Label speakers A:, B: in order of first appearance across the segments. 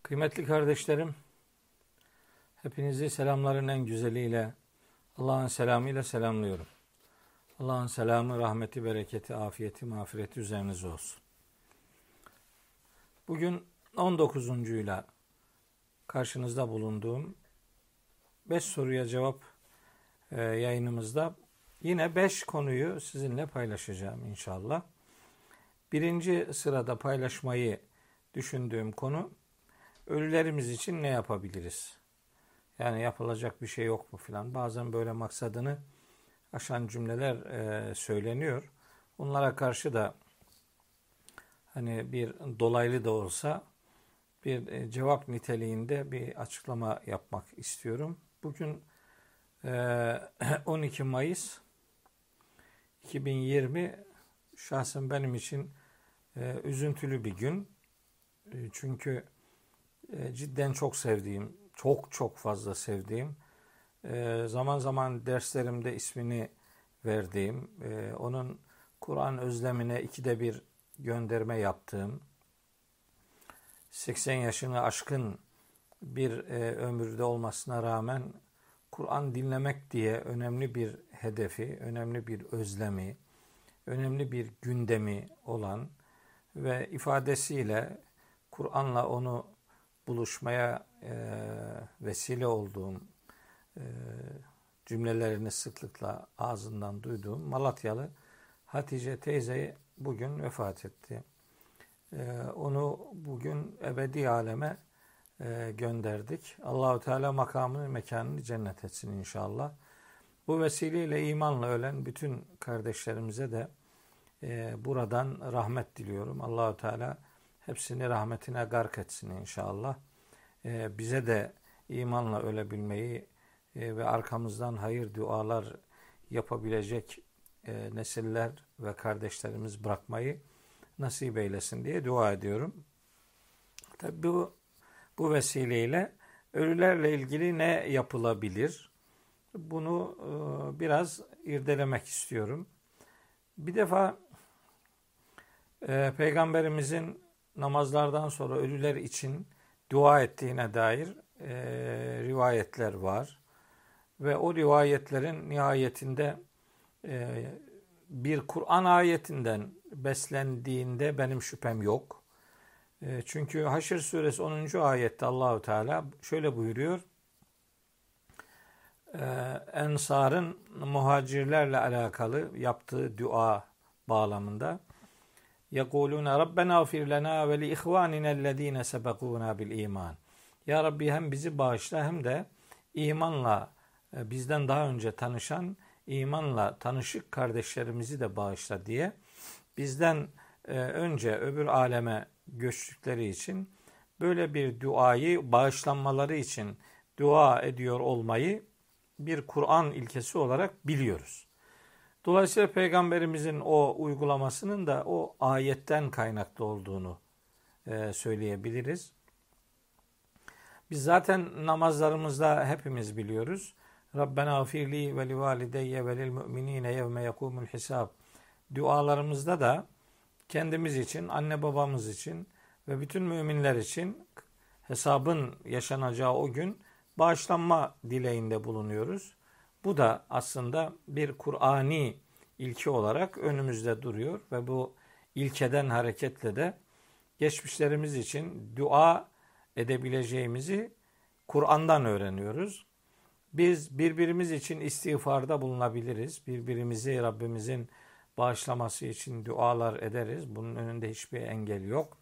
A: Kıymetli kardeşlerim, hepinizi selamların en güzeliyle, Allah'ın selamıyla selamlıyorum. Allah'ın selamı, rahmeti, bereketi, afiyeti, mağfireti üzerinize olsun. Bugün 19'uncuyla karşınızda bulunduğum 5 soruya cevap yayınımızda yine 5 konuyu sizinle paylaşacağım inşallah. Birinci sırada paylaşmayı düşündüğüm konu, ölülerimiz için ne yapabiliriz? Yani yapılacak bir şey yok mu filan. Bazen böyle maksadını aşan cümleler söyleniyor. Bunlara karşı da hani bir dolaylı da olsa bir cevap niteliğinde bir açıklama yapmak istiyorum. Bugün 12 Mayıs 2020 şahsen benim için üzüntülü bir gün. Çünkü cidden çok sevdiğim, çok fazla sevdiğim, zaman zaman derslerimde ismini verdiğim, onun Kur'an özlemine ikide bir gönderme yaptığım, 80 yaşını aşkın bir ömürde olmasına rağmen Kur'an dinlemek diye önemli bir hedefi, önemli bir özlemi, önemli bir gündemi olan ve ifadesiyle Kur'an'la onu buluşmaya vesile olduğum, cümlelerini sıklıkla ağzından duyduğum Malatyalı Hatice teyze bugün vefat etti. Onu bugün ebedi aleme gönderdik. Allahu Teala makamını, mekanını cennet etsin inşallah. Bu vesileyle imanla ölen bütün kardeşlerimize de buradan rahmet diliyorum. Allahu Teala hepsini rahmetine gark etsin inşallah. Bize de imanla ölebilmeyi ve arkamızdan hayır dualar yapabilecek nesiller ve kardeşlerimiz bırakmayı nasip eylesin diye dua ediyorum. Tabi bu vesileyle ölülerle ilgili ne yapılabilir? Bunu biraz irdelemek istiyorum. Bir defa Peygamberimizin namazlardan sonra ölüler için dua ettiğine dair rivayetler var. Ve o rivayetlerin nihayetinde bir Kur'an ayetinden beslendiğinde benim şüphem yok. Çünkü Haşr suresi 10. ayette Allahu Teala şöyle buyuruyor. Ensar'ın muhacirlerle alakalı yaptığı dua bağlamında يَقُولُونَ رَبَّنَا اغْفِرْ لَنَا وَلِإِخْوَانِنَا الَّذ۪ينَ سَبَقُونَا بِالْا۪يمَانِ Ya Rabbi hem bizi bağışla hem de imanla bizden daha önce tanışan, imanla tanışık kardeşlerimizi de bağışla diye bizden önce öbür aleme göçtükleri için böyle bir duayı bağışlanmaları için dua ediyor olmayı bir Kur'an ilkesi olarak biliyoruz. Dolayısıyla Peygamberimizin o uygulamasının da o ayetten kaynaklı olduğunu söyleyebiliriz. Biz zaten namazlarımızda hepimiz biliyoruz. Rabbena gfirli ve li valideyye ve lil mu'minine yevme yekumul hisab. Dualarımızda da kendimiz için, anne babamız için ve bütün müminler için hesabın yaşanacağı o gün bağışlanma dileğinde bulunuyoruz. Bu da aslında bir Kur'ani ilke olarak önümüzde duruyor ve bu ilkeden hareketle de geçmişlerimiz için dua edebileceğimizi Kur'an'dan öğreniyoruz. Biz birbirimiz için istiğfarda bulunabiliriz. Birbirimizi Rabbimizin bağışlaması için dualar ederiz. Bunun önünde hiçbir engel yok.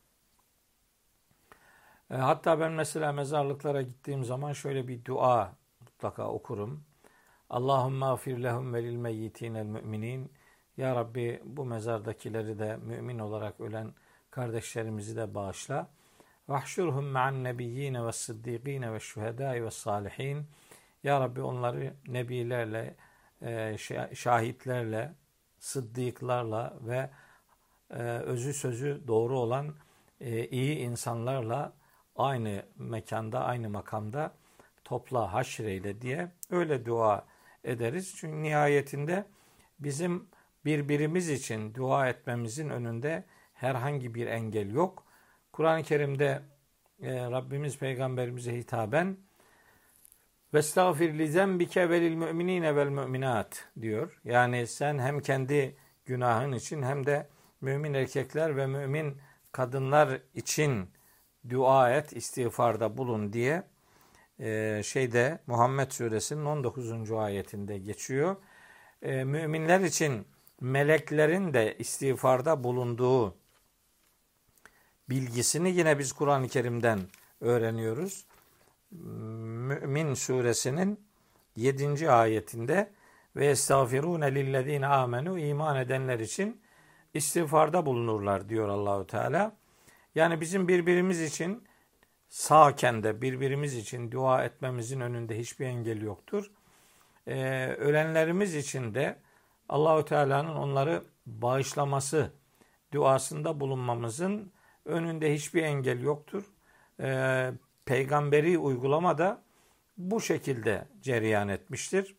A: Hatta ben mesela mezarlıklara gittiğim zaman şöyle bir dua mutlaka okurum. Allahümme afir lehum ve lil meyyitinel müminin. Ya Rabbi bu mezardakileri de mümin olarak ölen kardeşlerimizi de bağışla. Vahşurhum ma'an nebiyyine ve sıddîkîne ve şühedâi ve salihin. Ya Rabbi onları nebilerle, şahitlerle, sıddıklarla ve özü sözü doğru olan iyi insanlarla aynı mekanda, aynı makamda topla, haşreyle diye öyle dua ederiz. Çünkü nihayetinde bizim birbirimiz için dua etmemizin önünde herhangi bir engel yok. Kur'an-ı Kerim'de Rabbimiz peygamberimize hitaben "Vestağfir li zenbike ve lil müminine vel müminat" diyor. Yani sen hem kendi günahın için hem de mümin erkekler ve mümin kadınlar için dua et, istiğfarda bulun diye Muhammed Suresinin 19. ayetinde geçiyor. Müminler için meleklerin de istiğfarda bulunduğu bilgisini yine biz Kur'an-ı Kerim'den öğreniyoruz. Mümin Suresinin 7. ayetinde ve estağfirune lillezine amenu, iman edenler için istiğfarda bulunurlar diyor Allahu Teala. Yani bizim birbirimiz için sağken de birbirimiz için dua etmemizin önünde hiçbir engel yoktur. Ölenlerimiz için de Allahu Teala'nın onları bağışlaması duasında bulunmamızın önünde hiçbir engel yoktur. Peygamberi uygulama da bu şekilde cereyan etmiştir.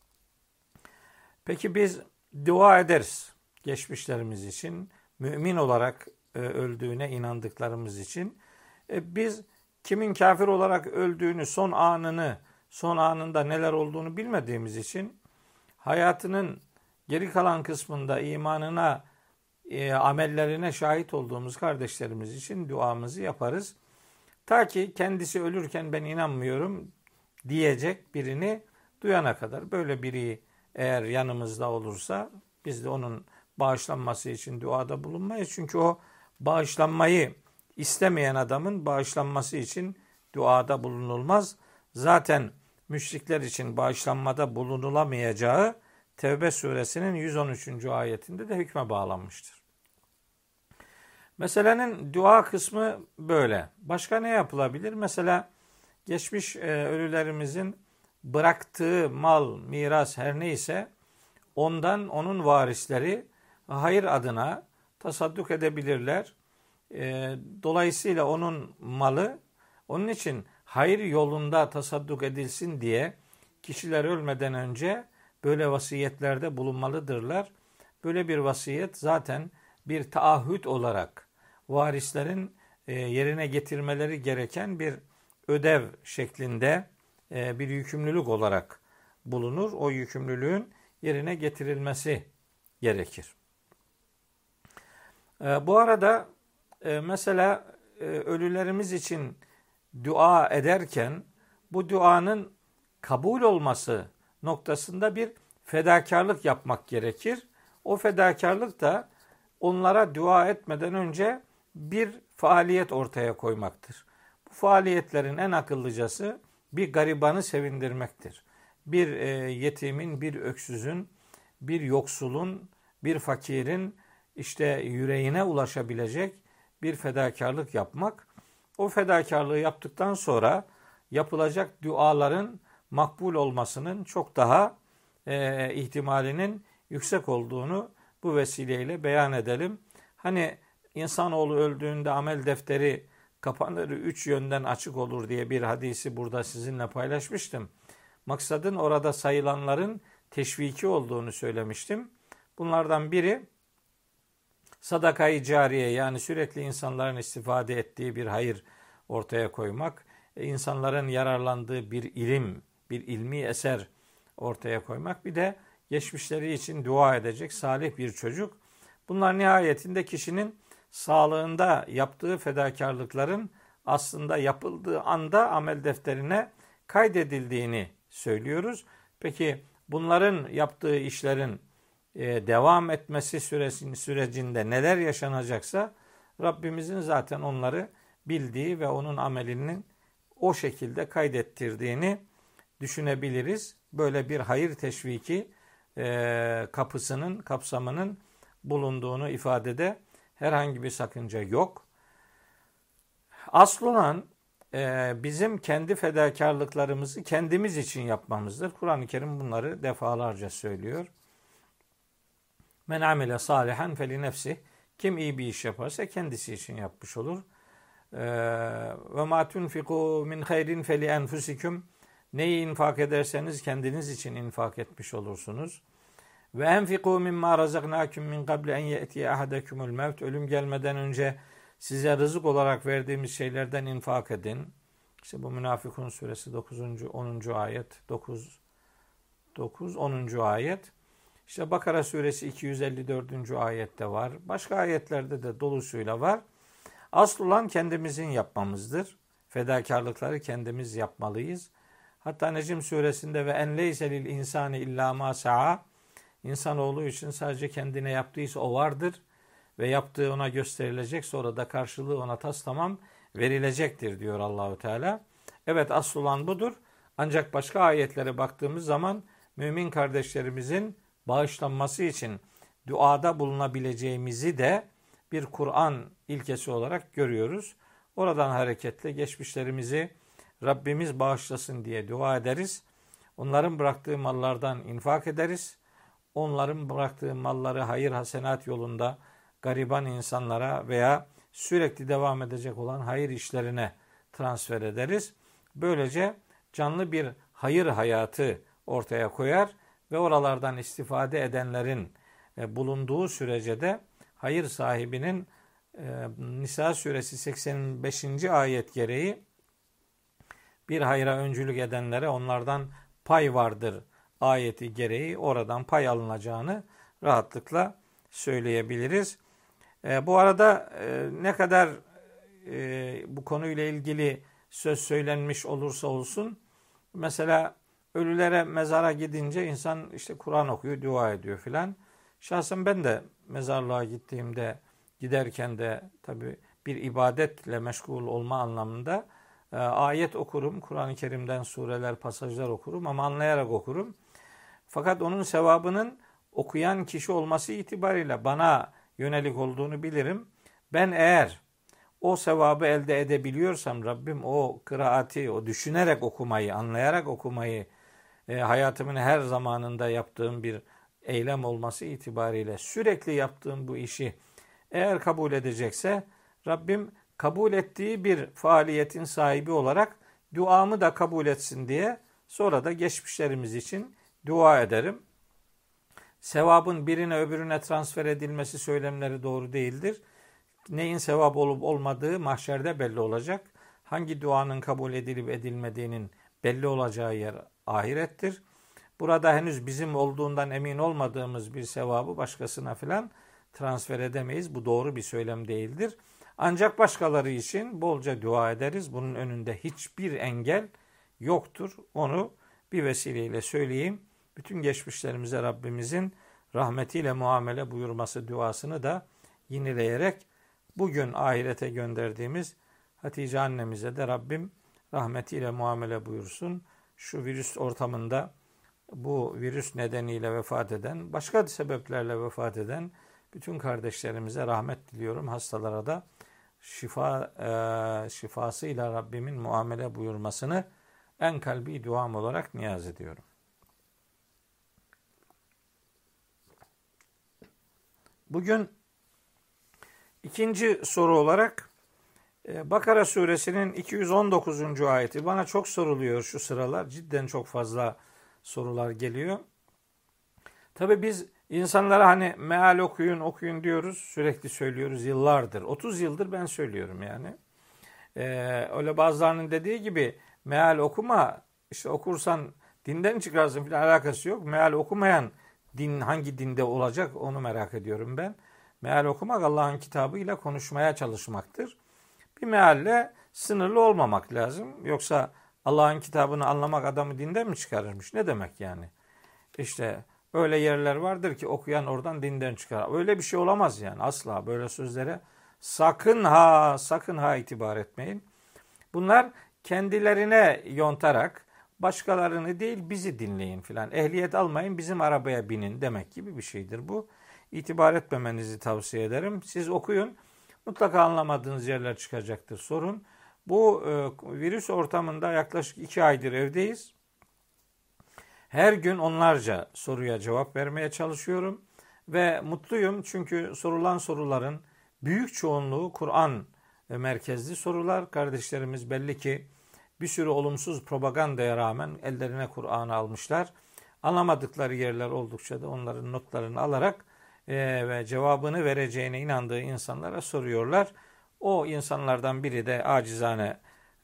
A: Peki biz dua ederiz geçmişlerimiz için, mümin olarak öldüğüne inandıklarımız için. Biz kimin kafir olarak öldüğünü, son anında neler olduğunu bilmediğimiz için hayatının geri kalan kısmında imanına, amellerine şahit olduğumuz kardeşlerimiz için duamızı yaparız. Ta ki kendisi ölürken ben inanmıyorum diyecek birini duyana kadar. Böyle biri eğer yanımızda olursa biz de onun bağışlanması için duada bulunmayız. Çünkü o bağışlanmayı istemeyen adamın bağışlanması için duada bulunulmaz. Zaten müşrikler için bağışlanmada bulunulamayacağı Tevbe suresinin 113. ayetinde de hükme bağlanmıştır. Meselenin dua kısmı böyle. Başka ne yapılabilir? Mesela geçmiş ölülerimizin bıraktığı mal, miras her neyse ondan onun varisleri hayır adına tasadduk edebilirler. Dolayısıyla onun malı, onun için hayır yolunda tasadduk edilsin diye kişiler ölmeden önce böyle vasiyetlerde bulunmalıdırlar. Böyle bir vasiyet zaten bir taahhüt olarak varislerin yerine getirmeleri gereken bir ödev şeklinde bir yükümlülük olarak bulunur. O yükümlülüğün yerine getirilmesi gerekir. Bu arada mesela ölülerimiz için dua ederken bu duanın kabul olması noktasında bir fedakarlık yapmak gerekir. O fedakarlık da onlara dua etmeden önce bir faaliyet ortaya koymaktır. Bu faaliyetlerin en akıllıcası bir garibanı sevindirmektir. Bir yetimin, bir öksüzün, bir yoksulun, bir fakirin yüreğine ulaşabilecek bir fedakarlık yapmak. O fedakarlığı yaptıktan sonra yapılacak duaların makbul olmasının çok daha ihtimalinin yüksek olduğunu bu vesileyle beyan edelim. Hani insanoğlu öldüğünde amel defteri kapanır, 3 yönden açık olur diye bir hadisi burada sizinle paylaşmıştım. Maksadın orada sayılanların teşviki olduğunu söylemiştim. Bunlardan biri sadaka-i cariye, yani sürekli insanların istifade ettiği bir hayır ortaya koymak, insanların yararlandığı bir ilim, bir ilmi eser ortaya koymak, bir de geçmişleri için dua edecek salih bir çocuk. Bunlar nihayetinde kişinin sağlığında yaptığı fedakarlıkların aslında yapıldığı anda amel defterine kaydedildiğini söylüyoruz. Peki bunların yaptığı işlerin devam etmesi sürecinde neler yaşanacaksa Rabbimizin zaten onları bildiği ve onun amelinin o şekilde kaydettirdiğini düşünebiliriz. Böyle bir hayır teşviki kapısının, kapsamının bulunduğunu ifadede herhangi bir sakınca yok. Asıl olan bizim kendi fedakarlıklarımızı kendimiz için yapmamızdır. Kur'an-ı Kerim bunları defalarca söylüyor. Men amile salihan feli nefsih. Kim iyi bir iş yaparsa kendisi için yapmış olur. Ve ma tunfiku min hayrin feli enfusikum. Neyi infak ederseniz kendiniz için infak etmiş olursunuz. Ve enfiku mimma razaknakum min qabli en yetiye ahadakumul mevt. Ölüm gelmeden önce size rızık olarak verdiğimiz şeylerden infak edin. İşte bu Münafıkun suresi 9. 10. ayet, 10. ayet. İşte Bakara suresi 254. ayette var. Başka ayetlerde de dolusuyla var. Asıl olan kendimizin yapmamızdır. Fedakarlıkları kendimiz yapmalıyız. Hatta Necm suresinde ve en leyse lil insani illa ma sa'a, İnsanoğlu için sadece kendine yaptıysa o vardır ve yaptığı ona gösterilecek, sonra da karşılığı ona tamam verilecektir diyor Allahu Teala. Evet, asıl olan budur. Ancak başka ayetlere baktığımız zaman mümin kardeşlerimizin bağışlanması için duada bulunabileceğimizi de bir Kur'an ilkesi olarak görüyoruz. Oradan hareketle geçmişlerimizi Rabbimiz bağışlasın diye dua ederiz. Onların bıraktığı mallardan infak ederiz. Onların bıraktığı malları hayır hasenat yolunda gariban insanlara veya sürekli devam edecek olan hayır işlerine transfer ederiz. Böylece canlı bir hayır hayatı ortaya koyar ve oralardan istifade edenlerin bulunduğu sürece de hayır sahibinin Nisa suresi 85. ayet gereği bir hayra öncülük edenlere onlardan pay vardır ayeti gereği oradan pay alınacağını rahatlıkla söyleyebiliriz. Bu arada ne kadar bu konuyla ilgili söz söylenmiş olursa olsun, mesela ölülere mezara gidince insan işte Kur'an okuyor, dua ediyor filan. Şahsen ben de mezarlığa giderken de tabii bir ibadetle meşgul olma anlamında ayet okurum. Kur'an-ı Kerim'den sureler, pasajlar okurum ama anlayarak okurum. Fakat onun sevabının okuyan kişi olması itibariyle bana yönelik olduğunu bilirim. Ben eğer o sevabı elde edebiliyorsam Rabbim o kıraati, o düşünerek okumayı, anlayarak okumayı hayatımın her zamanında yaptığım bir eylem olması itibariyle sürekli yaptığım bu işi eğer kabul edecekse Rabbim kabul ettiği bir faaliyetin sahibi olarak duamı da kabul etsin diye sonra da geçmişlerimiz için dua ederim. Sevabın birine öbürüne transfer edilmesi söylemleri doğru değildir. Neyin sevap olup olmadığı mahşerde belli olacak. Hangi duanın kabul edilip edilmediğinin belli olacağı yer ahirettir. Burada henüz bizim olduğundan emin olmadığımız bir sevabı başkasına filan transfer edemeyiz. Bu doğru bir söylem değildir. Ancak başkaları için bolca dua ederiz. Bunun önünde hiçbir engel yoktur. Onu bir vesileyle söyleyeyim. Bütün geçmişlerimize Rabbimizin rahmetiyle muamele buyurması duasını da yineleyerek bugün ahirete gönderdiğimiz Hatice annemize de Rabbim rahmetiyle muamele buyursun. Şu virüs ortamında bu virüs nedeniyle vefat eden, başka sebeplerle vefat eden bütün kardeşlerimize rahmet diliyorum. Hastalara da şifasıyla Rabbimin muamele buyurmasını en kalbi duam olarak niyaz ediyorum. Bugün ikinci soru olarak Bakara suresinin 219. ayeti. Bana çok soruluyor şu sıralar. Cidden çok fazla sorular geliyor. Tabii biz insanlara hani meal okuyun diyoruz. Sürekli söylüyoruz yıllardır. 30 yıldır ben söylüyorum yani. Öyle bazılarının dediği gibi meal okuma, işte okursan dinden çıkarsın falan, alakası yok. Meal okumayan din hangi dinde olacak onu merak ediyorum ben. Meal okumak Allah'ın kitabıyla konuşmaya çalışmaktır. Bir mealle sınırlı olmamak lazım. Yoksa Allah'ın kitabını anlamak adamı dinden mi çıkarırmış? Ne demek yani? İşte öyle yerler vardır ki okuyan oradan dinden çıkar. Öyle bir şey olamaz yani, asla böyle sözlere sakın ha itibar etmeyin. Bunlar kendilerine yontarak başkalarını değil bizi dinleyin filan. Ehliyet almayın, bizim arabaya binin demek gibi bir şeydir bu. İtibar etmemenizi tavsiye ederim. Siz okuyun. Mutlaka anlamadığınız yerler çıkacaktır sorun. Bu virüs ortamında yaklaşık 2 aydır evdeyiz. Her gün onlarca soruya cevap vermeye çalışıyorum. Ve mutluyum çünkü sorulan soruların büyük çoğunluğu Kur'an merkezli sorular. Kardeşlerimiz belli ki bir sürü olumsuz propagandaya rağmen ellerine Kur'an'ı almışlar. Anlamadıkları yerler oldukça da onların notlarını alarak ve cevabını vereceğine inandığı insanlara soruyorlar. O insanlardan biri de acizane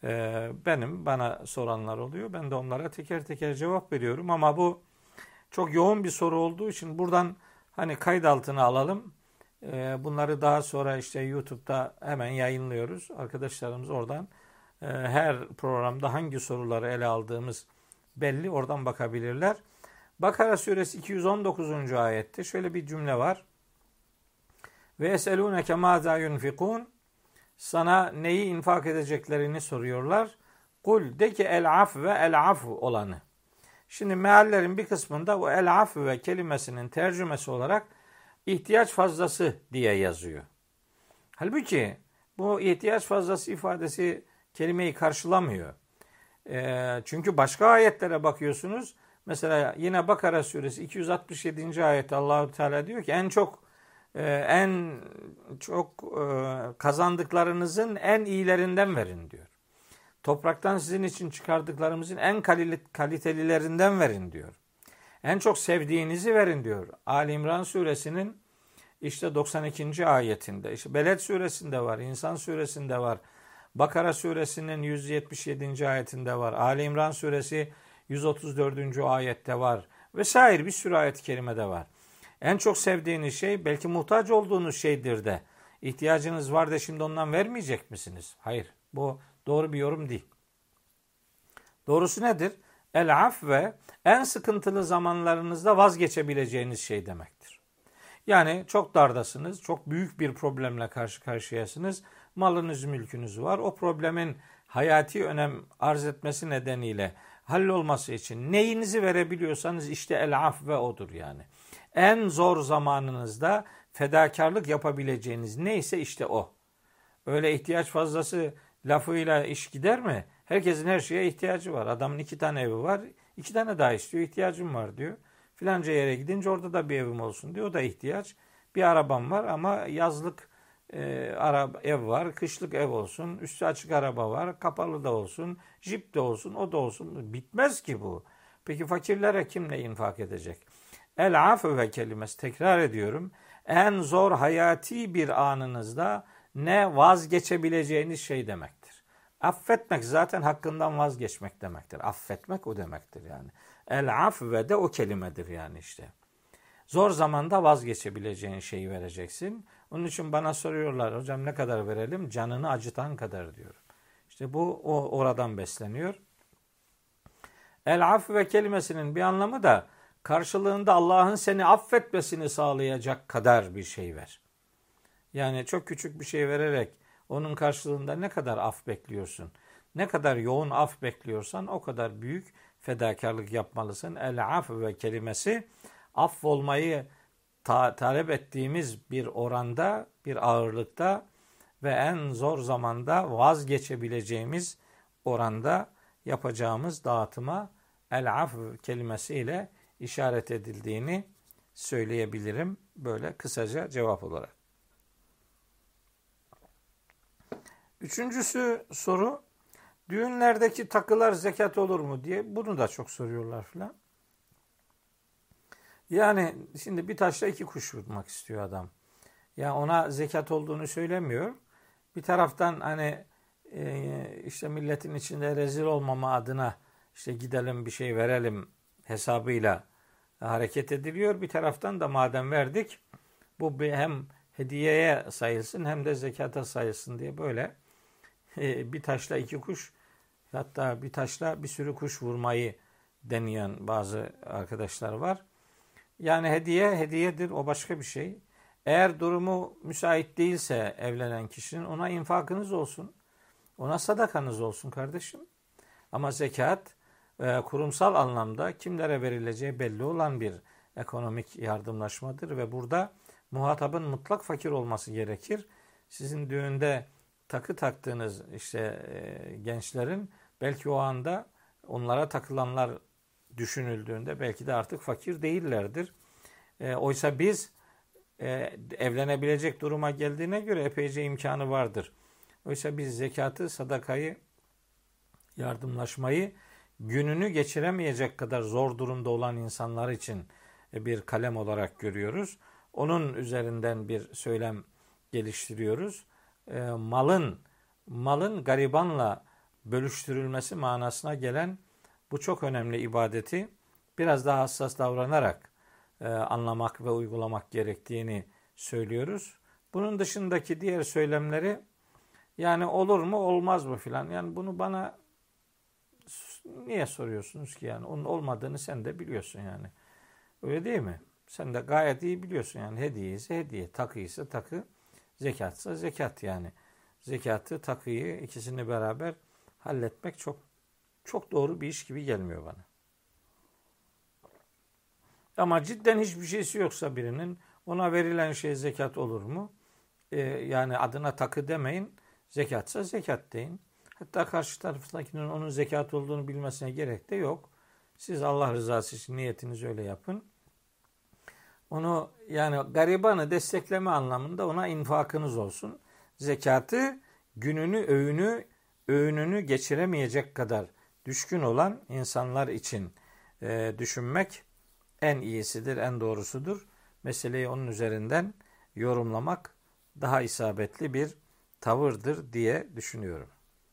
A: bana soranlar oluyor. Ben de onlara teker teker cevap veriyorum ama bu çok yoğun bir soru olduğu için buradan hani kayıt altına alalım. Bunları daha sonra işte YouTube'da hemen yayınlıyoruz. Arkadaşlarımız oradan her programda hangi soruları ele aldığımız belli. Oradan bakabilirler. Bakara suresi 219. ayette şöyle bir cümle var. Ve eselûneke mâzâ yunfikûn. Sana neyi infak edeceklerini soruyorlar. Kul de ki el af ve el afu olanı. Şimdi meallerin bir kısmında bu el afu ve kelimesinin tercümesi olarak ihtiyaç fazlası diye yazıyor. Halbuki bu ihtiyaç fazlası ifadesi kelimeyi karşılamıyor. Çünkü başka ayetlere bakıyorsunuz. Mesela yine Bakara suresi 267. ayette Allahu Teala diyor ki en çok kazandıklarınızın en iyilerinden verin diyor. Topraktan sizin için çıkardıklarımızın en kalitelilerinden verin diyor. En çok sevdiğinizi verin diyor. Ali İmran suresinin işte 92. ayetinde, işte Beled suresinde var, İnsan suresinde var, Bakara suresinin 177. ayetinde var, Ali İmran suresi 134. ayette var vesaire bir sürü ayet-i kerimede var. En çok sevdiğiniz şey belki muhtaç olduğunuz şeydir de ihtiyacınız var da şimdi ondan vermeyecek misiniz? Hayır. Bu doğru bir yorum değil. Doğrusu nedir? El afve en sıkıntılı zamanlarınızda vazgeçebileceğiniz şey demektir. Yani çok dardasınız, çok büyük bir problemle karşı karşıyasınız. Malınız, mülkünüz var. O problemin hayati önem arz etmesi nedeniyle hallolması için neyinizi verebiliyorsanız işte el afve odur yani. En zor zamanınızda fedakarlık yapabileceğiniz neyse işte o. Öyle ihtiyaç fazlası lafıyla iş gider mi? Herkesin her şeye ihtiyacı var. Adamın 2 tane evi var. 2 tane daha istiyor. İhtiyacım var diyor. Filanca yere gidince orada da bir evim olsun diyor. O da ihtiyaç. Bir arabam var ama yazlık ev var. Kışlık ev olsun. Üstü açık araba var. Kapalı da olsun. Jip de olsun. O da olsun. Bitmez ki bu. Peki fakirlere kim ne infak edecek? El afve kelimesi tekrar ediyorum. En zor hayati bir anınızda ne vazgeçebileceğiniz şey demektir. Affetmek zaten hakkından vazgeçmek demektir. Affetmek o demektir yani. El afve de o kelimedir yani işte. Zor zamanda vazgeçebileceğin şeyi vereceksin. Onun için bana soruyorlar hocam ne kadar verelim? Canını acıtan kadar diyorum. İşte bu oradan besleniyor. El afve kelimesinin bir anlamı da karşılığında Allah'ın seni affetmesini sağlayacak kadar bir şey ver. Yani çok küçük bir şey vererek onun karşılığında ne kadar af bekliyorsun? Ne kadar yoğun af bekliyorsan o kadar büyük fedakarlık yapmalısın. El-afve kelimesi affolmayı talep ettiğimiz bir oranda, bir ağırlıkta ve en zor zamanda vazgeçebileceğimiz oranda yapacağımız dağıtıma el-afv kelimesiyle işaret edildiğini söyleyebilirim. Böyle kısaca cevap olarak. Üçüncüsü soru, düğünlerdeki takılar zekat olur mu diye. Bunu da çok soruyorlar filan. Yani şimdi bir taşla 2 kuş vurmak istiyor adam. Yani ona zekat olduğunu söylemiyor. Bir taraftan hani işte milletin içinde rezil olmama adına işte gidelim bir şey verelim hesabıyla hareket ediliyor. Bir taraftan da madem verdik bu hem hediyeye sayılsın hem de zekata sayılsın diye böyle bir taşla 2 kuş, hatta bir taşla bir sürü kuş vurmayı deneyen bazı arkadaşlar var. Yani hediye hediyedir, o başka bir şey. Eğer durumu müsait değilse evlenen kişinin ona infakınız olsun. Ona sadakanız olsun kardeşim. Ama zekat kurumsal anlamda kimlere verileceği belli olan bir ekonomik yardımlaşmadır ve burada muhatabın mutlak fakir olması gerekir. Sizin düğünde takı taktığınız işte gençlerin belki o anda onlara takılanlar düşünüldüğünde belki de artık fakir değillerdir. Oysa biz evlenebilecek duruma geldiğine göre epeyce imkanı vardır. Oysa biz zekatı, sadakayı, yardımlaşmayı gününü geçiremeyecek kadar zor durumda olan insanlar için bir kalem olarak görüyoruz. Onun üzerinden bir söylem geliştiriyoruz. malın garibanla bölüştürülmesi manasına gelen bu çok önemli ibadeti biraz daha hassas davranarak anlamak ve uygulamak gerektiğini söylüyoruz. Bunun dışındaki diğer söylemleri yani olur mu olmaz mı filan, yani bunu bana niye soruyorsunuz ki, yani onun olmadığını sen de biliyorsun yani. Öyle değil mi? Sen de gayet iyi biliyorsun yani, hediye ise hediye, takı ise takı, zekatsa zekat yani. Zekatı, takıyı ikisini beraber halletmek çok doğru bir iş gibi gelmiyor bana. Ama cidden hiçbir şeysi yoksa birinin, ona verilen şey zekat olur mu? Yani adına takı demeyin, zekatsa zekat deyin. Hatta karşı tarafındakinin onun zekat olduğunu bilmesine gerek de yok. Siz Allah rızası için niyetinizi öyle yapın. Onu, yani garibanı destekleme anlamında ona infakınız olsun. Zekatı gününü, öğününü geçiremeyecek kadar düşkün olan insanlar için düşünmek en iyisidir, en doğrusudur. Meseleyi onun üzerinden yorumlamak daha isabetli bir tavırdır diye düşünüyorum.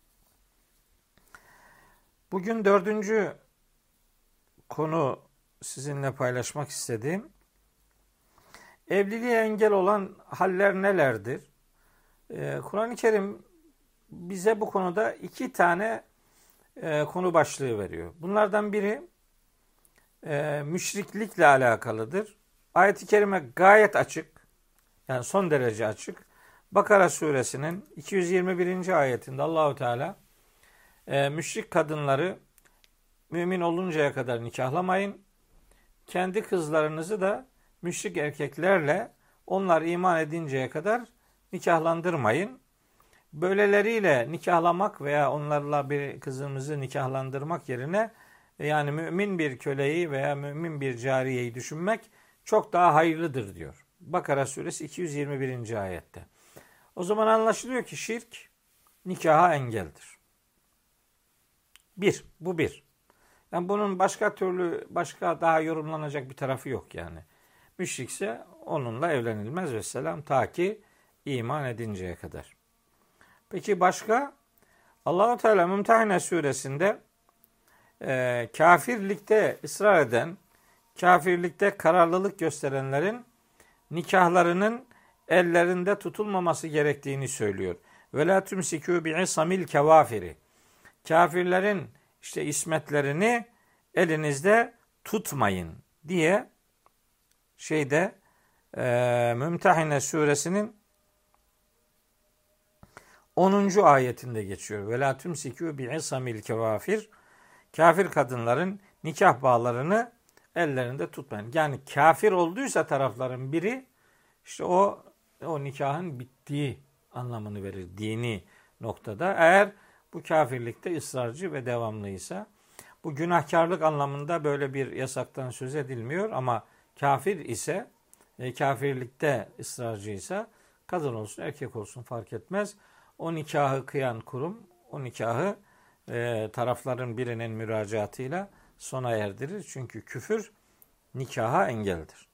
A: Bugün 4. konu sizinle paylaşmak istediğim, evliliğe engel olan haller nelerdir? Kur'an-ı Kerim bize bu konuda 2 tane konu başlığı veriyor. Bunlardan biri müşriklikle alakalıdır. Ayet-i kerime gayet açık, yani son derece açık. Bakara suresinin 221. ayetinde Allahu Teala müşrik kadınları mümin oluncaya kadar nikahlamayın. Kendi kızlarınızı da müşrik erkeklerle onlar iman edinceye kadar nikahlandırmayın. Böyleleriyle nikahlamak veya onlarla bir kızımızı nikahlandırmak yerine yani mümin bir köleyi veya mümin bir cariyeyi düşünmek çok daha hayırlıdır diyor. Bakara suresi 221. ayette. O zaman anlaşılıyor ki şirk nikaha engeldir. Bu bir. Yani bunun başka daha yorumlanacak bir tarafı yok yani. Müşrikse onunla evlenilmez vesselam, ta ki iman edinceye kadar. Peki başka? Allah-u Teala Mümtehine suresinde kafirlikte ısrar eden, kafirlikte kararlılık gösterenlerin nikahlarının ellerinde tutulmaması gerektiğini söylüyor. Ve la tumsiku bi'isamil kevafiri. Kafirlerin işte ismetlerini elinizde tutmayın diye Mümtehine suresinin 10. ayetinde geçiyor. Ve la tumsiku bi'isamil kevafir. Kafir kadınların nikah bağlarını ellerinde tutmayın. Yani kafir olduysa tarafların biri, işte o nikahın bittiği anlamını verir dini noktada. Eğer bu kafirlikte ısrarcı ve devamlıysa, bu günahkarlık anlamında böyle bir yasaktan söz edilmiyor ama kafir ise, kafirlikte ısrarcıysa, kadın olsun erkek olsun fark etmez, o nikahı kıyan kurum o nikahı tarafların birinin müracaatıyla sona erdirir. Çünkü küfür nikaha engeldir.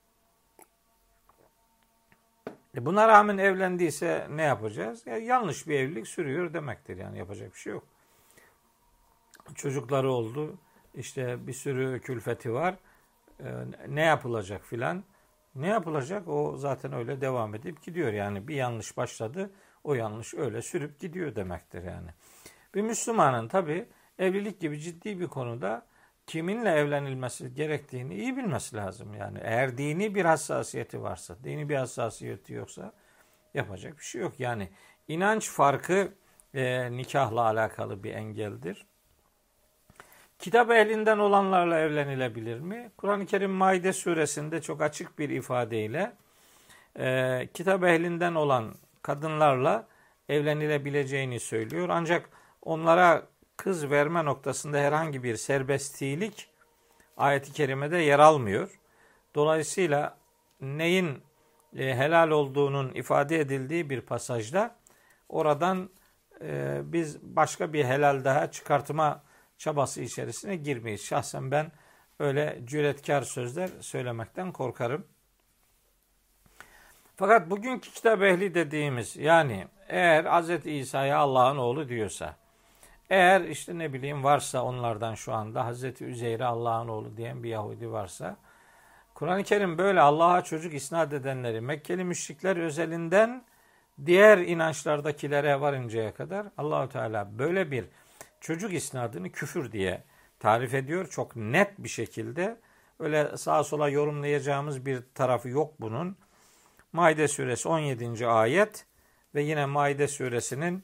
A: Buna rağmen evlendiyse ne yapacağız? Yanlış bir evlilik sürüyor demektir. Yani yapacak bir şey yok. Çocukları oldu. İşte bir sürü külfeti var. Ne yapılacak filan? Ne yapılacak? O zaten öyle devam edip gidiyor. Yani bir yanlış başladı. O yanlış öyle sürüp gidiyor demektir yani. Bir Müslümanın tabii evlilik gibi ciddi bir konuda kiminle evlenilmesi gerektiğini iyi bilmesi lazım. Yani eğer dini bir hassasiyeti varsa, dini bir hassasiyeti yoksa yapacak bir şey yok. Yani inanç farkı nikahla alakalı bir engeldir. Kitap ehlinden olanlarla evlenilebilir mi? Kur'an-ı Kerim Maide suresinde çok açık bir ifadeyle kitap ehlinden olan kadınlarla evlenilebileceğini söylüyor. Ancak onlara kız verme noktasında herhangi bir serbestlik ayet-i kerimede yer almıyor. Dolayısıyla neyin helal olduğunun ifade edildiği bir pasajda oradan biz başka bir helal daha çıkartma çabası içerisine girmeyiz. Şahsen ben öyle cüretkar sözler söylemekten korkarım. Fakat bugünkü kitap ehli dediğimiz, yani eğer Hz. İsa'ya Allah'ın oğlu diyorsa, eğer işte ne bileyim varsa onlardan şu anda Hz. Üzeyr'e Allah'ın oğlu diyen bir Yahudi varsa, Kur'an-ı Kerim böyle Allah'a çocuk isnat edenleri Mekkeli müşrikler özelinden diğer inançlardakilere varıncaya kadar Allahu Teala böyle bir çocuk isnadını küfür diye tarif ediyor. Çok net bir şekilde. Öyle sağa sola yorumlayacağımız bir tarafı yok bunun. Maide suresi 17. ayet ve yine Maide suresinin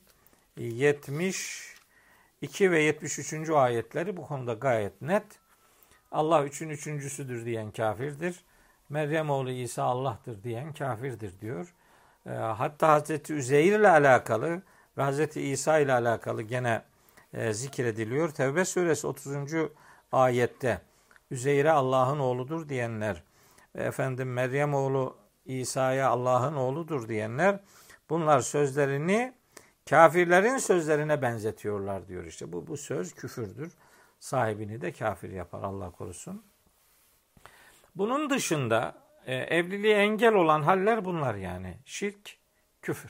A: 72 ve 73. ayetleri bu konuda gayet net. Allah üçün üçüncüsüdür diyen kafirdir. Meryem oğlu İsa Allah'tır diyen kafirdir diyor. Hatta Hazreti Üzeyr ile alakalı ve Hazreti İsa ile alakalı gene zikrediliyor. Tevbe suresi 30. ayette Üzeyr'e Allah'ın oğludur diyenler, Meryem oğlu İsa'ya Allah'ın oğludur diyenler, bunlar sözlerini kafirlerin sözlerine benzetiyorlar diyor işte. Bu söz küfürdür. Sahibini de kafir yapar, Allah korusun. Bunun dışında evliliğe engel olan haller bunlar yani. Şirk, küfür.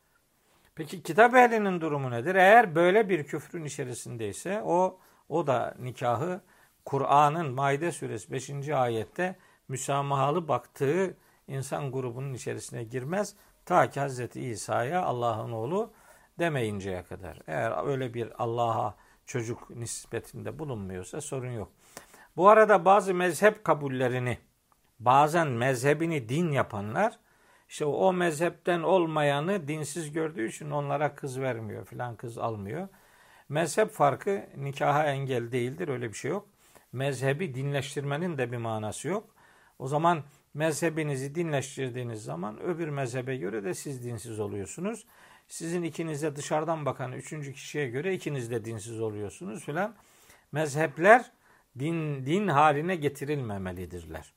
A: Peki kitap ehlinin durumu nedir? Eğer böyle bir küfrün içerisindeyse o da nikahı Kur'an'ın Maide suresi 5. ayette müsamahalı baktığı insan grubunun içerisine girmez. Ta ki Hz. İsa'ya Allah'ın oğlu demeyinceye kadar. Eğer öyle bir Allah'a çocuk nispetinde bulunmuyorsa sorun yok. Bu arada bazı mezhep kabullerini, bazen mezhebini din yapanlar, işte o mezhepten olmayanı dinsiz gördüğü için onlara kız vermiyor filan, kız almıyor. Mezhep farkı nikaha engel değildir, öyle bir şey yok. Mezhebi dinleştirmenin de bir manası yok. O zaman mezhebinizi dinleştirdiğiniz zaman öbür mezhebe göre de siz dinsiz oluyorsunuz. Sizin ikinize dışarıdan bakan üçüncü kişiye göre ikiniz de dinsiz oluyorsunuz filan. Mezhepler din haline getirilmemelidirler.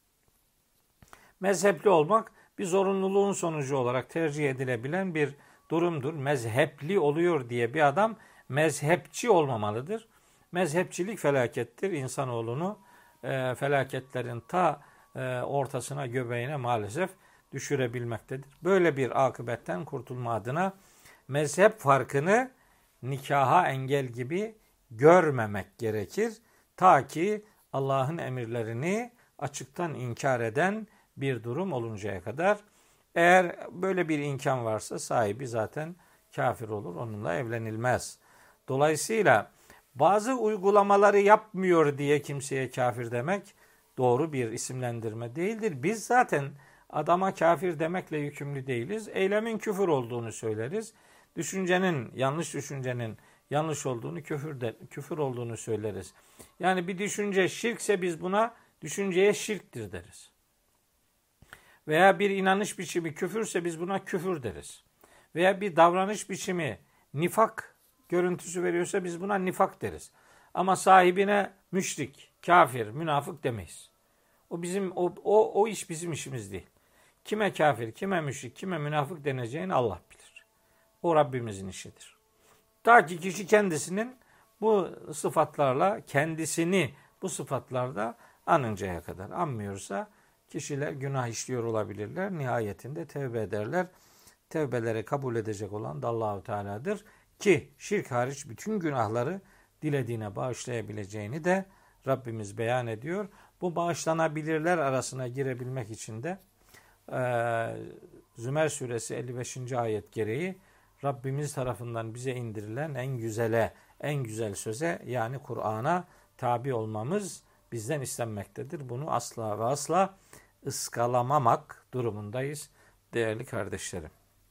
A: Mezhepli olmak bir zorunluluğun sonucu olarak tercih edilebilen bir durumdur. Mezhepli oluyor diye bir adam mezhepçi olmamalıdır. Mezhepçilik felakettir. İnsanoğlunu felaketlerin ta ortasına, göbeğine maalesef düşürebilmektedir. Böyle bir akıbetten kurtulma adına mezhep farkını nikaha engel gibi görmemek gerekir. Ta ki Allah'ın emirlerini açıktan inkar eden bir durum oluncaya kadar. Eğer böyle bir imkan varsa sahibi zaten kafir olur. Onunla evlenilmez. Dolayısıyla bazı uygulamaları yapmıyor diye kimseye kafir demek doğru bir isimlendirme değildir. Biz zaten adama kafir demekle yükümlü değiliz. Eylemin küfür olduğunu söyleriz. Yanlış düşüncenin yanlış olduğunu, küfür olduğunu söyleriz. Yani bir düşünce şirkse biz buna düşünceye şirktir deriz. Veya bir inanış biçimi küfürse biz buna küfür deriz. Veya bir davranış biçimi nifak görüntüsü veriyorsa biz buna nifak deriz. Ama sahibine müşrik, kafir, münafık demeyiz. O iş bizim işimiz değil. Kime kafir, kime müşrik, kime münafık deneceğini Allah bilir. O Rabbimizin işidir. Ta ki kişi kendisinin bu sıfatlarda anıncaya kadar. Anmıyorsa kişiler günah işliyor olabilirler. Nihayetinde tevbe ederler. Tevbeleri kabul edecek olan da Allah-u Teala'dır. Ki şirk hariç bütün günahları dilediğine bağışlayabileceğini de Rabbimiz beyan ediyor. Bu bağışlanabilirler arasına girebilmek için de Zümer suresi 55. ayet gereği Rabbimiz tarafından bize indirilen en güzel söze yani Kur'an'a tabi olmamız bizden istenmektedir. Bunu asla ve asla ıskalamamak durumundayız değerli kardeşlerim.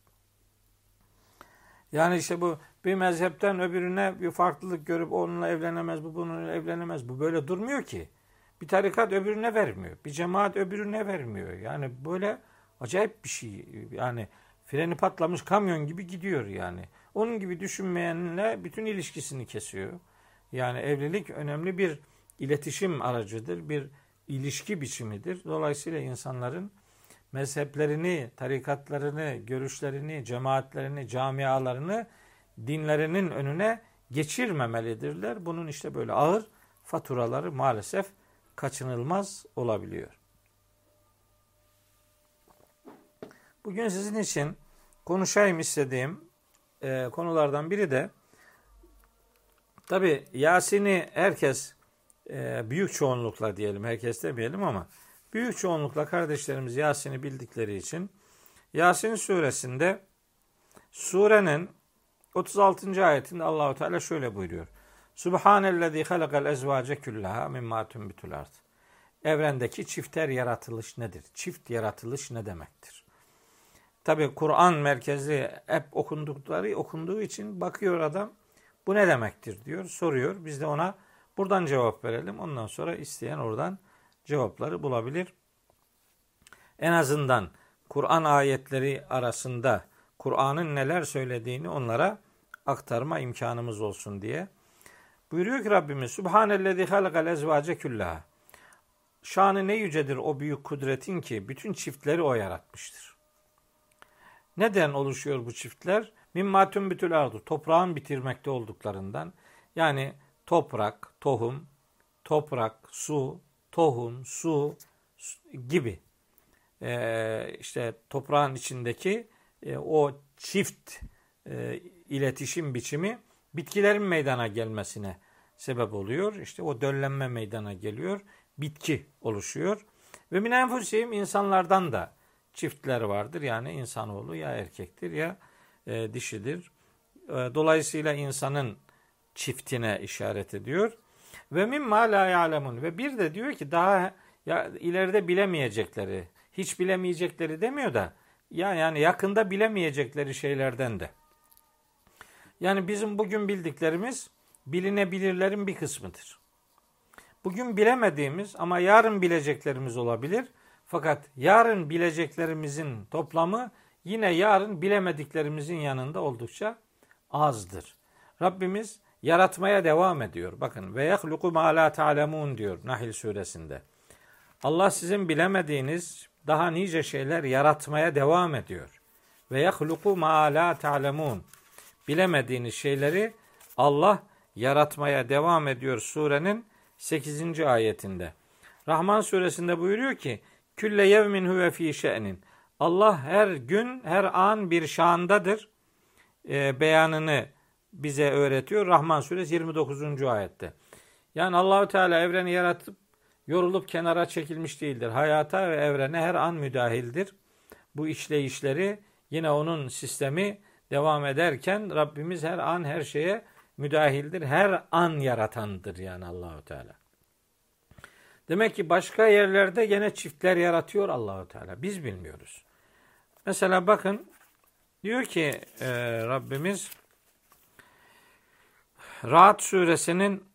A: Yani işte bu bir mezhepten öbürüne bir farklılık görüp onunla evlenemez, bu bununla evlenemez. Bu böyle durmuyor ki. Bir tarikat öbürüne vermiyor. Bir cemaat öbürüne vermiyor. Yani böyle acayip bir şey. Yani freni patlamış kamyon gibi gidiyor yani. Onun gibi düşünmeyenle bütün ilişkisini kesiyor. Yani evlilik önemli bir iletişim aracıdır. Bir ilişki biçimidir. Dolayısıyla insanların mezheplerini, tarikatlarını, görüşlerini, cemaatlerini, camialarını dinlerinin önüne geçirmemelidirler. Bunun işte böyle ağır faturaları maalesef kaçınılmaz olabiliyor. Bugün sizin için konuşayım istediğim konulardan biri de tabi Yasin'i herkes büyük çoğunlukla diyelim, herkes demeyelim ama büyük çoğunlukla kardeşlerimiz Yasin'i bildikleri için Yasin suresinde surenin 36. ayetinde Allahu Teala şöyle buyuruyor. Subhanellezî halakal ezvâce kullaha mimma tunbitul ard. Evrendeki çifter yaratılış nedir? Çift yaratılış ne demektir? Tabi Kur'an merkezli hep okunduğu için bakıyor adam, bu ne demektir diyor, soruyor. Biz de ona buradan cevap verelim. Ondan sonra isteyen oradan cevapları bulabilir. En azından Kur'an ayetleri arasında Kur'an'ın neler söylediğini onlara aktarma imkanımız olsun diye. Buyuruyor ki Rabbimiz Subhanellezî halakal ezvâce kullaha. Şanı ne yücedir o büyük kudretin ki bütün çiftleri o yaratmıştır. Neden oluşuyor bu çiftler? Mimma tunbitul ardu. Toprağın bitirmekte olduklarından. Yani toprak, tohum, toprak, su, tohum, su gibi. İşte toprağın içindeki o çift iletişim biçimi bitkilerin meydana gelmesine sebep oluyor. İşte o döllenme meydana geliyor. Bitki oluşuyor. Ve min enfusihim, insanlardan da çiftler vardır. Yani insanoğlu ya erkektir ya dişidir. Dolayısıyla insanın çiftine işaret ediyor. Ve mimma la ya'lemun. Ve bir de diyor ki daha ileride bilemeyecekleri, hiç bilemeyecekleri demiyor da yani yakında bilemeyecekleri şeylerden de. Yani bizim bugün bildiklerimiz bilinebilirlerin bir kısmıdır. Bugün bilemediğimiz ama yarın bileceklerimiz olabilir. Fakat yarın bileceklerimizin toplamı yine yarın bilemediklerimizin yanında oldukça azdır. Rabbimiz yaratmaya devam ediyor. Bakın ve yahluku ma la ta'lemun diyor Nahl suresinde. Allah sizin bilemediğiniz daha nice şeyler yaratmaya devam ediyor. Ve yahluku ma la ta'lemun. Bilemediğiniz şeyleri Allah yaratmaya devam ediyor surenin 8. ayetinde. Rahman suresinde buyuruyor ki külle yevmin huve fî şe'nin. Allah her gün, her an bir şandadır. Beyanını bize öğretiyor. Rahman suresi 29. ayette. Yani Allahu Teala evreni yaratıp yorulup kenara çekilmiş değildir. Hayata ve evrene her an müdahildir. Bu işleyişleri yine onun sistemi devam ederken Rabbimiz her an her şeye müdahildir. Her an yaratandır yani Allahu Teala. Demek ki başka yerlerde gene çiftler yaratıyor Allahu Teala. Biz bilmiyoruz. Mesela bakın diyor ki Rabbimiz Ra'd suresinin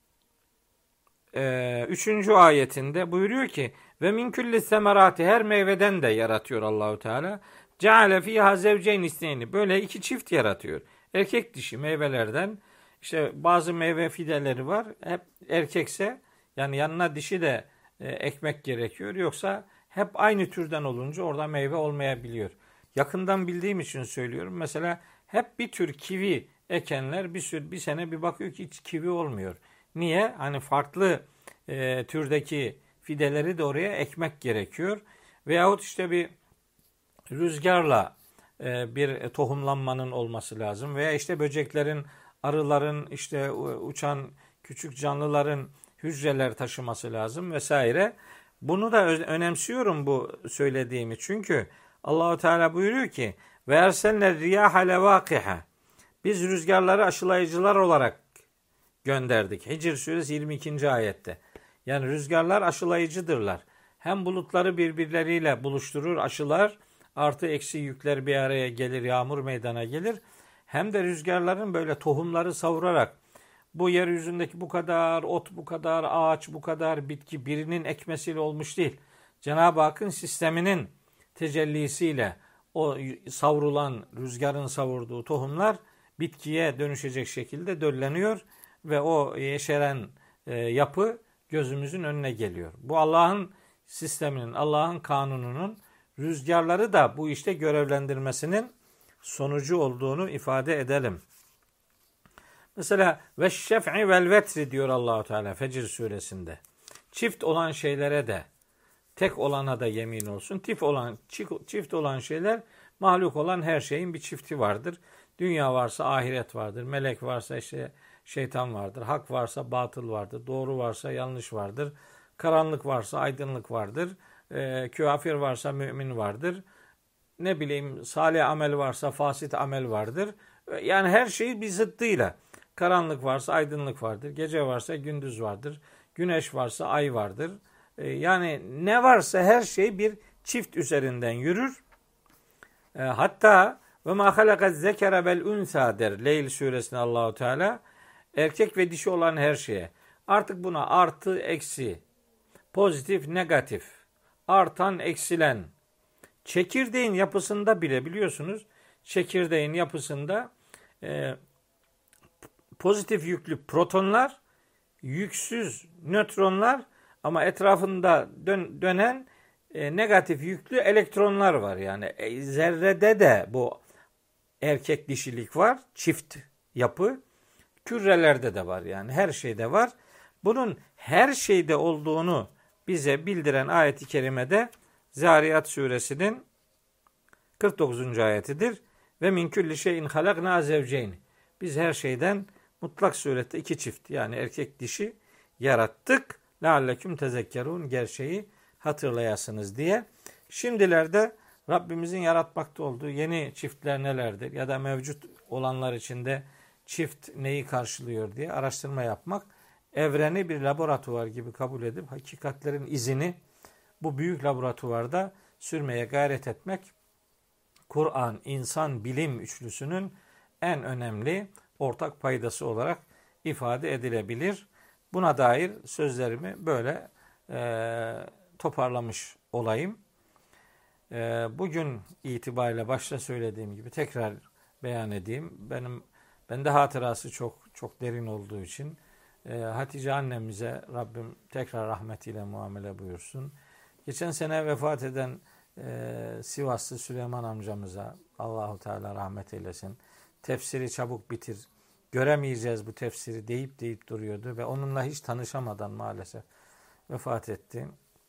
A: 3. ayetinde buyuruyor ki ve min külli semerati, her meyveden de yaratıyor Allahu Teala. Ceale fiha zevceyn isneyni. Böyle iki çift yaratıyor. Erkek dişi meyvelerden. İşte bazı meyve fideleri var. Hep erkekse yani yanına dişi de ekmek gerekiyor. Yoksa hep aynı türden olunca orada meyve olmayabiliyor. Yakından bildiğim için söylüyorum. Mesela hep bir tür kivi ekenler bir sene bir bakıyor ki hiç kivi olmuyor. Niye? Hani farklı türdeki fideleri de oraya ekmek gerekiyor. Veyahut işte bir rüzgarla bir tohumlanmanın olması lazım. Veya işte böceklerin, arıların, işte uçan küçük canlıların hücreler taşıması lazım vesaire. Bunu da önemsiyorum bu söylediğimi. Çünkü Allahu Teala buyuruyor ki ve erselne riyaha levakiha. Biz rüzgarları aşılayıcılar olarak gönderdik. Hicr suresi 22. ayette. Yani rüzgarlar aşılayıcıdırlar. Hem bulutları birbirleriyle buluşturur, aşılar, artı eksi yükler bir araya gelir, yağmur meydana gelir. Hem de rüzgarların böyle tohumları savurarak bu yeryüzündeki bu kadar ot, bu kadar ağaç, bu kadar bitki birinin ekmesiyle olmuş değil. Cenab-ı Hakk'ın sisteminin tecellisiyle o savrulan, rüzgarın savurduğu tohumlar bitkiye dönüşecek şekilde dölleniyor ve o yeşeren yapı gözümüzün önüne geliyor. Bu Allah'ın sisteminin, Allah'ın kanununun rüzgarları da bu işte görevlendirmesinin sonucu olduğunu ifade edelim. Mesela ve şef'i vel vetri diyor Allahu Teala Fecr suresinde. Çift olan şeylere de, tek olana da yemin olsun. Çift olan şeyler, mahluk olan her şeyin bir çifti vardır. Dünya varsa ahiret vardır. Melek varsa işte şeytan vardır. Hak varsa batıl vardır. Doğru varsa yanlış vardır. Karanlık varsa aydınlık vardır. Kafir varsa mümin vardır. Ne bileyim salih amel varsa fasit amel vardır. Yani her şey bir zıttıyla. Karanlık varsa aydınlık vardır. Gece varsa gündüz vardır. Güneş varsa ay vardır. Yani ne varsa her şey bir çift üzerinden yürür. Hatta ve ma halakaz zekere vel unsa der Leyl suresinde Allahu Teala erkek ve dişi olan her şeye. Artık buna artı eksi, pozitif negatif, artan eksilen, çekirdeğin yapısında bile biliyorsunuz çekirdeğin yapısında pozitif yüklü protonlar, yüksüz nötronlar ama etrafında dönen negatif yüklü elektronlar var. Yani zerrede de bu erkek dişilik var. Çift yapı. Kürelerde de var yani. Her şeyde var. Bunun her şeyde olduğunu bize bildiren ayet-i kerimede Zariyat suresinin 49. ayetidir. Ve min külli şeyin halakna zevceyn. Biz her şeyden mutlak surette iki çift yani erkek dişi yarattık. Lealleküm tezekkerun gerçeği hatırlayasınız diye. Şimdilerde Rabbimizin yaratmakta olduğu yeni çiftler nelerdir ya da mevcut olanlar içinde çift neyi karşılıyor diye araştırma yapmak, evreni bir laboratuvar gibi kabul edip hakikatlerin izini bu büyük laboratuvarda sürmeye gayret etmek, Kur'an, insan, bilim üçlüsünün en önemli ortak paydası olarak ifade edilebilir. Buna dair sözlerimi böyle toparlamış olayım. Bugün itibariyle başta söylediğim gibi tekrar beyan edeyim. Bende hatırası çok derin olduğu için Hatice annemize Rabbim tekrar rahmetiyle muamele buyursun. Geçen sene vefat eden Sivaslı Süleyman amcamıza Allahu Teala rahmet eylesin. Tefsiri çabuk bitir. Göremeyeceğiz bu tefsiri deyip duruyordu ve onunla hiç tanışamadan maalesef vefat etti.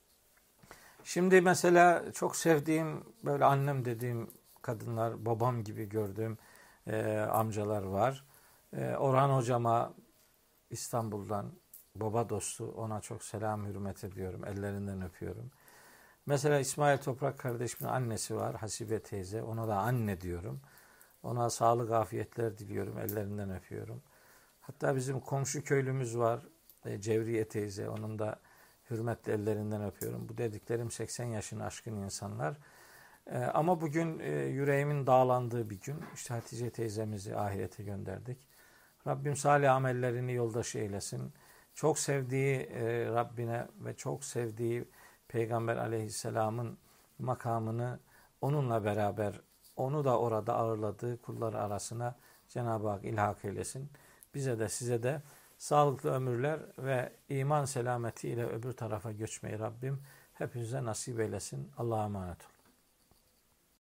A: Şimdi mesela çok sevdiğim böyle annem dediğim kadınlar, babam gibi gördüğüm amcalar var. Orhan hocama İstanbul'dan baba dostu, ona çok selam hürmet ediyorum. Ellerinden öpüyorum. Mesela İsmail Toprak kardeşimin annesi var, Hasibe teyze. Ona da anne diyorum. Ona sağlık, afiyetler diliyorum. Ellerinden öpüyorum. Hatta bizim komşu köylümüz var, Cevriye teyze. Onun da hürmetle ellerinden öpüyorum. Bu dediklerim 80 yaşını aşkın insanlar. Ama bugün yüreğimin dağlandığı bir gün. İşte Hatice teyzemizi ahirete gönderdik. Rabbim salih amellerini yoldaşı eylesin. Çok sevdiği Rabbine ve çok sevdiği Peygamber aleyhisselamın makamını onunla beraber onu da orada ağırladığı kulları arasına Cenab-ı Hak ilhak eylesin. Bize de size de sağlıklı ömürler ve iman selameti ile öbür tarafa göçmeyi Rabbim hepinize nasip eylesin. Allah'a emanet olun.